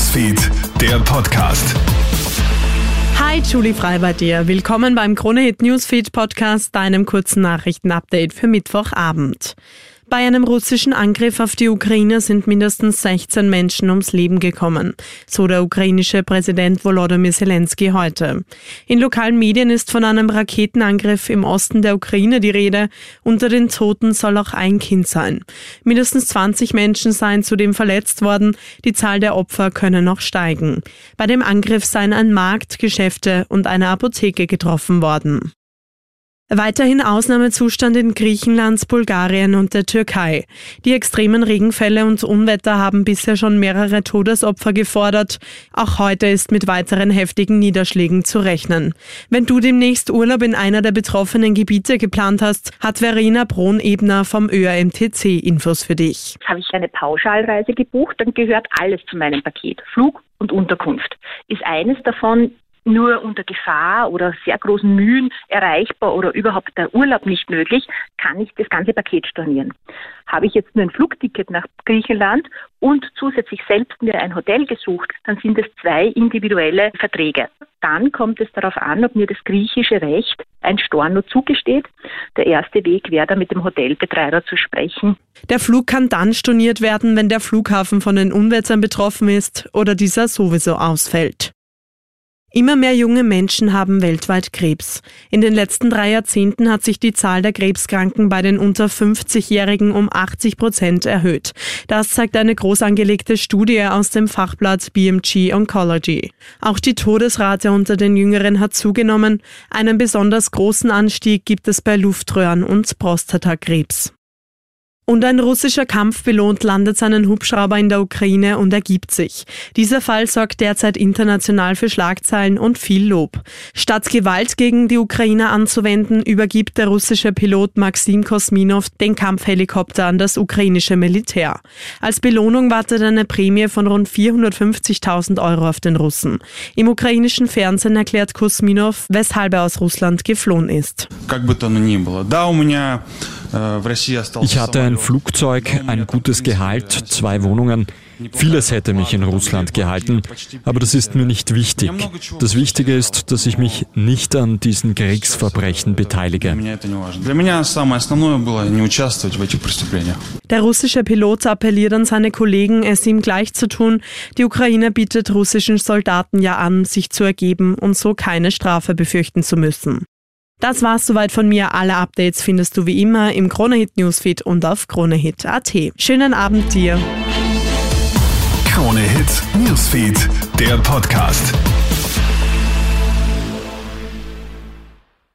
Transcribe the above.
Newsfeed, der Podcast. Hi, Julie Frei bei dir. Willkommen beim Krone-Hit Newsfeed Podcast, deinem kurzen Nachrichtenupdate für Mittwochabend. Bei einem russischen Angriff auf die Ukraine sind mindestens 16 Menschen ums Leben gekommen, so der ukrainische Präsident Volodymyr Zelensky heute. In lokalen Medien ist von einem Raketenangriff im Osten der Ukraine die Rede. Unter den Toten soll auch ein Kind sein. Mindestens 20 Menschen seien zudem verletzt worden. Die Zahl der Opfer könne noch steigen. Bei dem Angriff seien ein Markt, Geschäfte und eine Apotheke getroffen worden. Weiterhin Ausnahmezustand in Griechenland, Bulgarien und der Türkei. Die extremen Regenfälle und Unwetter haben bisher schon mehrere Todesopfer gefordert. Auch heute ist mit weiteren heftigen Niederschlägen zu rechnen. Wenn du demnächst Urlaub in einer der betroffenen Gebiete geplant hast, hat Verena Brohn-Ebner vom ÖAMTC Infos für dich. Habe ich eine Pauschalreise gebucht, dann gehört alles zu meinem Paket. Flug und Unterkunft. Ist eines davon nur unter Gefahr oder sehr großen Mühen erreichbar oder überhaupt der Urlaub nicht möglich, kann ich das ganze Paket stornieren. Habe ich jetzt nur ein Flugticket nach Griechenland und zusätzlich selbst mir ein Hotel gesucht, dann sind es 2 individuelle Verträge. Dann kommt es darauf an, ob mir das griechische Recht ein Storno zugesteht. Der erste Weg wäre da mit dem Hotelbetreiber zu sprechen. Der Flug kann dann storniert werden, wenn der Flughafen von den Unwettern betroffen ist oder dieser sowieso ausfällt. Immer mehr junge Menschen haben weltweit Krebs. In den letzten 3 Jahrzehnten hat sich die Zahl der Krebskranken bei den unter 50-Jährigen um 80% erhöht. Das zeigt eine groß angelegte Studie aus dem Fachblatt BMG Oncology. Auch die Todesrate unter den Jüngeren hat zugenommen. Einen besonders großen Anstieg gibt es bei Luftröhren- und Prostatakrebs. Und ein russischer Kampfpilot landet seinen Hubschrauber in der Ukraine und ergibt sich. Dieser Fall sorgt derzeit international für Schlagzeilen und viel Lob. Statt Gewalt gegen die Ukrainer anzuwenden, übergibt der russische Pilot Maxim Kosminov den Kampfhelikopter an das ukrainische Militär. Als Belohnung wartet eine Prämie von rund 450.000 Euro auf den Russen. Im ukrainischen Fernsehen erklärt Kosminov, weshalb er aus Russland geflohen ist. Ich hatte ein Flugzeug, ein gutes Gehalt, 2 Wohnungen. Vieles hätte mich in Russland gehalten, aber das ist mir nicht wichtig. Das Wichtige ist, dass ich mich nicht an diesen Kriegsverbrechen beteilige. Der russische Pilot appelliert an seine Kollegen, es ihm gleich zu tun. Die Ukraine bietet russischen Soldaten ja an, sich zu ergeben und so keine Strafe befürchten zu müssen. Das war's soweit von mir. Alle Updates findest du wie immer im Krone-Hit Newsfeed und auf kronehit.at. Schönen Abend dir. Krone-Hit Newsfeed, der Podcast.